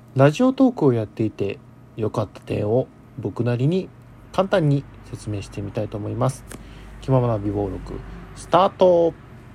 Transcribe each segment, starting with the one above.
ラジオトークをやっていて良かった点を僕なりに簡単に説明してみたいと思います。気ままな美貌録スタート。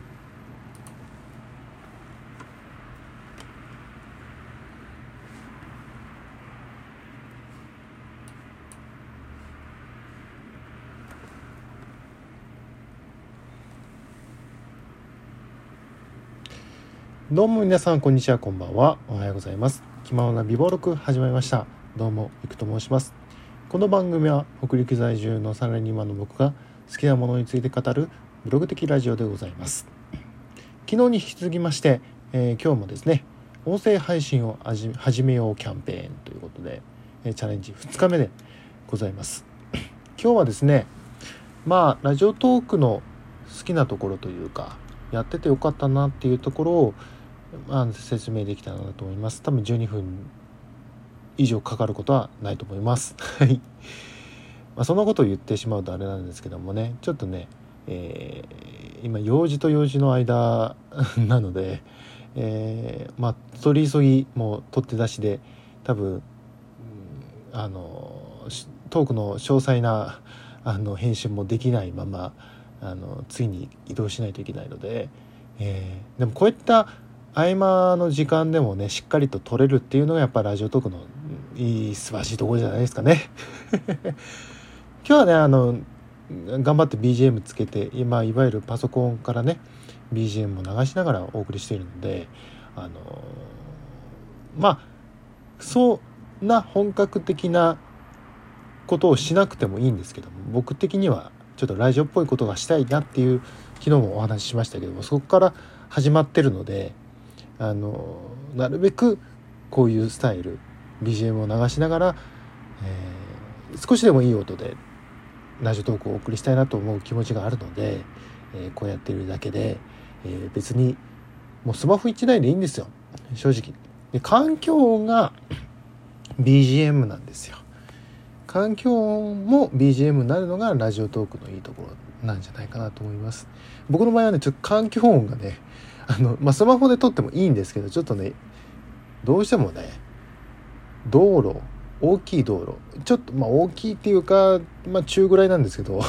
どうも皆さんこんにちは、こんばんは、おはようございます。気ままな美貌録始まりました。どうもゆくと申します。この番組は北陸在住のサラリーマンの僕が好きなものについて語るブログ的ラジオでございます。昨日に引き続きまして、今日もですね、音声配信を始めようキャンペーンということで、チャレンジ2日目でございます。今日はですね、ラジオトークの好きなところというか、やっててよかったなっていうところを、説明できたらなと思います。多分12分以上かかることはないと思います。はい。そんなことを言ってしまうとあれなんですけどもね、ちょっとね、今用事と用事の間なので、取り急ぎもう取って出しで多分、トークの詳細な編集もできないまま次に移動しないといけないので、でもこういった合間の時間でもねしっかりと撮れるっていうのがやっぱラジオトークの素晴らしいところじゃないですかね。今日はね頑張って BGM つけていわゆるパソコンからね BGM を流しながらお送りしているのでそんな本格的なことをしなくてもいいんですけども、僕的にはちょっとラジオっぽいことがしたいなっていう昨日もお話ししましたけども、そこから始まってるのでなるべくこういうスタイル BGM を流しながら、少しでもいい音でラジオトークをお送りしたいなと思う気持ちがあるので、こうやってるだけで、別にもうスマホ1台でいいんですよ、正直。で環境音が BGM なんですよ。環境音も BGM になるのがラジオトークのいいところなんじゃないかなと思います。僕の場合はねちょっと環境音がねスマホで撮ってもいいんですけど、ちょっとねどうしてもね大きい道路ちょっと大きいっていうか中ぐらいなんですけど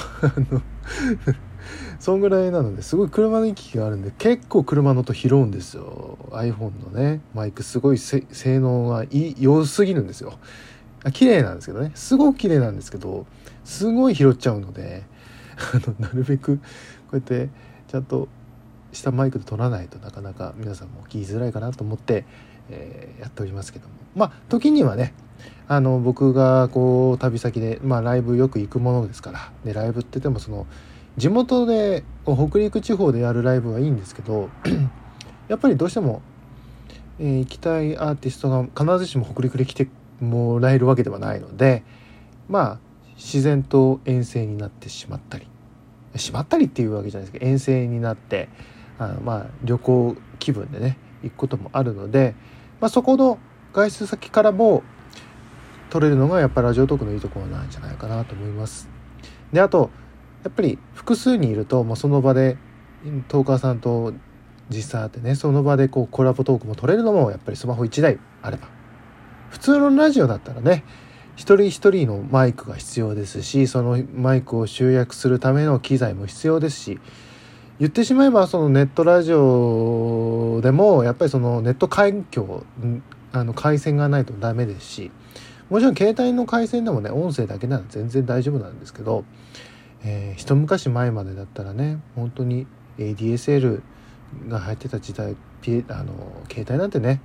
そんぐらいなのですごい車の行き来があるんで結構車の音拾うんですよ。 iPhone のねマイクすごい性能が良すぎるんですよ。綺麗なんですけどね、すごく綺麗なんですけどすごい拾っちゃうのでなるべくこうやってちゃんとしたマイクで撮らないとなかなか皆さんも聞きづらいかなと思って、やっておりますけども、時にはね僕がこう旅先で、ライブよく行くものですから、でライブって言ってもその地元で北陸地方でやるライブはいいんですけどやっぱりどうしても、行きたいアーティストが必ずしも北陸で来てもらえるわけではないので、自然と遠征になってしまったりっていうわけじゃないですけど、遠征になって旅行気分でね行くこともあるので、そこの外出先からも撮れるのがやっぱりラジオトークのいいところなんじゃないかなと思います。であとやっぱり複数にいるとその場でトーカーさんと実際会ってねその場でこうコラボトークも撮れるのもやっぱりスマホ1台あれば。普通のラジオだったらね一人一人のマイクが必要ですし、そのマイクを集約するための機材も必要ですし、言ってしまえばそのネットラジオでもやっぱりそのネット環境回線がないとダメですし、もちろん携帯の回線でもね音声だけなら全然大丈夫なんですけど、一昔前までだったらね本当に ADSL が入ってた時代携帯なんてね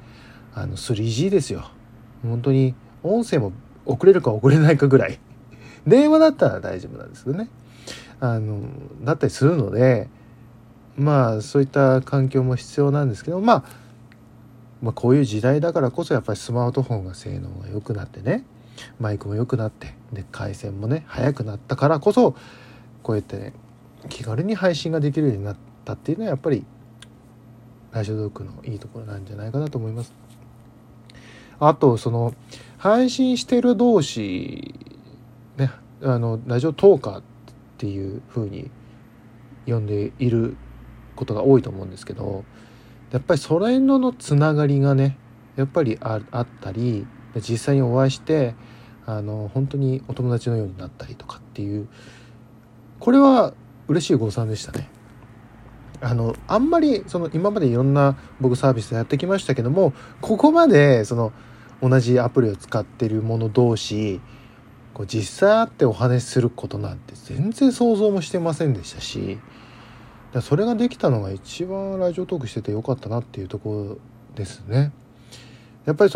3G ですよ。本当に音声も送れるか送れないかぐらい電話だったら大丈夫なんですけどねだったりするので、そういった環境も必要なんですけど、こういう時代だからこそやっぱりスマートフォンが性能が良くなってね、マイクも良くなって、で回線もね速くなったからこそこうやってね気軽に配信ができるようになったっていうのはやっぱりラジオトークのいいところなんじゃないかなと思います。あとその配信してる同士ねラジオトーカーっていう風に呼んでいることが多いと思うんですけど、やっぱりそれのつながりがねやっぱりあったり、実際にお会いして本当にお友達のようになったりとかっていう、これは嬉しい誤算でしたね。あんまり今までいろんな僕サービスやってきましたけども、ここまで同じアプリを使っている者同士こう実際会ってお話しすることなんて全然想像もしてませんでしたし、それができたのが一番ラジオトークしててよかったなっていうところですね。やっぱり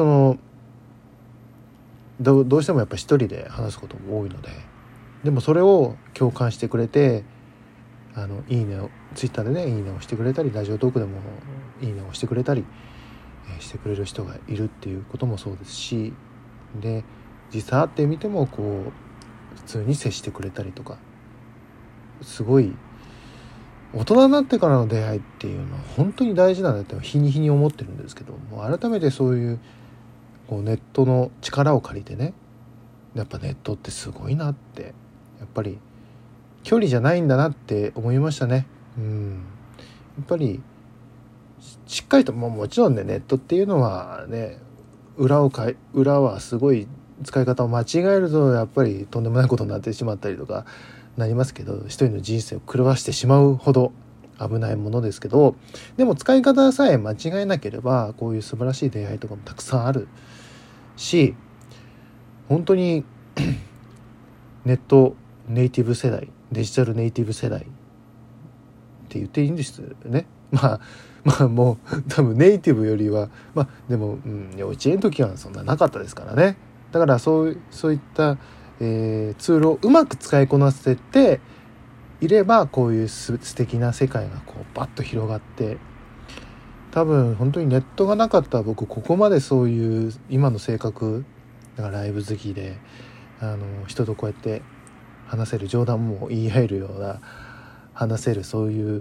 どうしてもやっぱ一人で話すことも多いので、でもそれを共感してくれていいねをツイッターでねいいねをしてくれたり、ラジオトークでもいいねをしてくれたり、してくれる人がいるっていうこともそうですし、で実際会ってみてもこう普通に接してくれたりとか、すごい大人になってからの出会いっていうのは本当に大事なんだって日に日に思ってるんですけども、改めてそういうこうネットの力を借りてね、やっぱネットってすごいなって、やっぱり距離じゃないんだなって思いましたね。やっぱりしっかりともちろんね、ネットっていうのはね、裏はすごい使い方を間違えるとやっぱりとんでもないことになってしまったりとかなりますけど、一人の人生を狂わしてしまうほど危ないものですけど、でも使い方さえ間違えなければこういう素晴らしい出会いとかもたくさんあるし、本当にネットネイティブ世代、デジタルネイティブ世代って言っていいんですね。まあもう多分ネイティブよりはでも、幼稚園の時はそんななかったですからね。だからそういった、ツールをうまく使いこなせていれば、こういう素敵な世界がこうバッと広がって、多分本当にネットがなかったら僕ここまでそういう今の性格だから、ライブ好きで人とこうやって話せる、冗談も言い合えるような話せる、そういう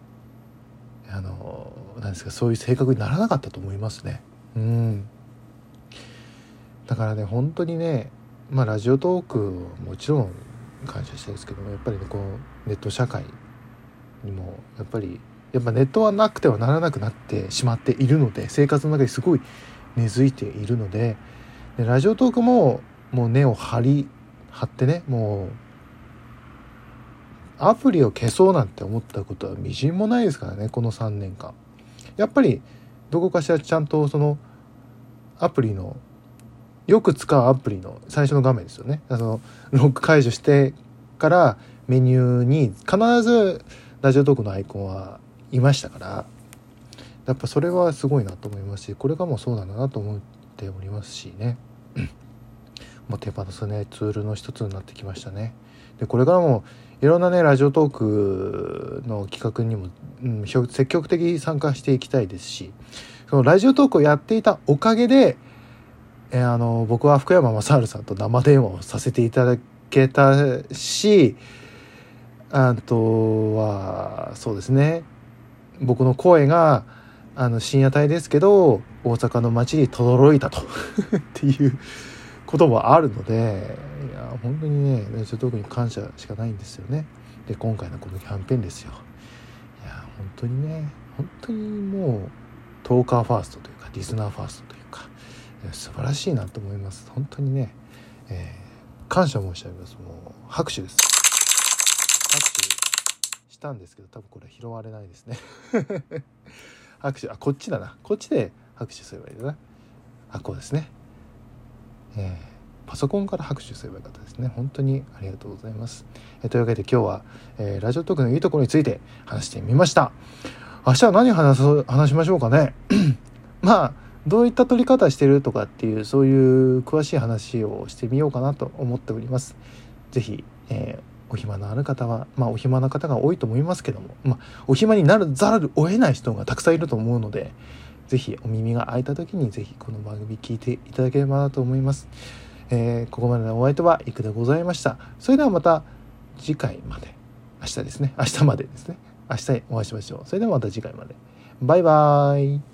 なんですか、そういう性格にならなかったと思いますね。だからね、本当にね、ラジオトークもちろん感謝したいですけども、やっぱりね、こうネット社会にもやっぱネットはなくてはならなくなってしまっているので、生活の中にすごい根付いているので、ラジオトークももう根を張ってね、もうアプリを消そうなんて思ったことはみじんもないですからね。この3年間やっぱりどこかしらちゃんとアプリのよく使うアプリの最初の画面ですよね。ロック解除してからメニューに必ずラジオトークのアイコンはいましたから、やっぱそれはすごいなと思いますし、これがもうそうなんだなと思っておりますしね。もう手放すねツールの一つになってきましたね。でこれからもいろんなねラジオトークの企画にも、積極的に参加していきたいですし、そのラジオトークをやっていたおかげで、僕は福山雅治さんと生電話をさせていただけたし、あとはそうですね、僕の声が深夜帯ですけど大阪の街に轟いたとっていうこともあるので、いや本当にねラジオトークに感謝しかないんですよね。で今回のこのキャンペーンですよ。いや本当にもうトーカーファーストというかリスナーファーストというか素晴らしいなと思います。本当にね、感謝申し上げます。もう拍手です。拍手したんですけど多分これ拾われないですね拍手こっちだな、こっちで拍手すればいいんだな。こうですね、パソコンから拍手すればよかったですね。本当にありがとうございます。というわけで今日は、ラジオトークのいいところについて話してみました。明日は何話しましょうかねどういった撮り方してるとかっていうそういう詳しい話をしてみようかなと思っております。ぜひ、お暇のある方はお暇な方が多いと思いますけども、お暇になるざるを得ない人がたくさんいると思うので、ぜひお耳が開いた時にぜひこの番組聞いていただければなと思います。ここまでのお相手はいくでございました。それではまた次回まで、明日までですね。明日お会いしましょう。それではまた次回まで。バイバーイ。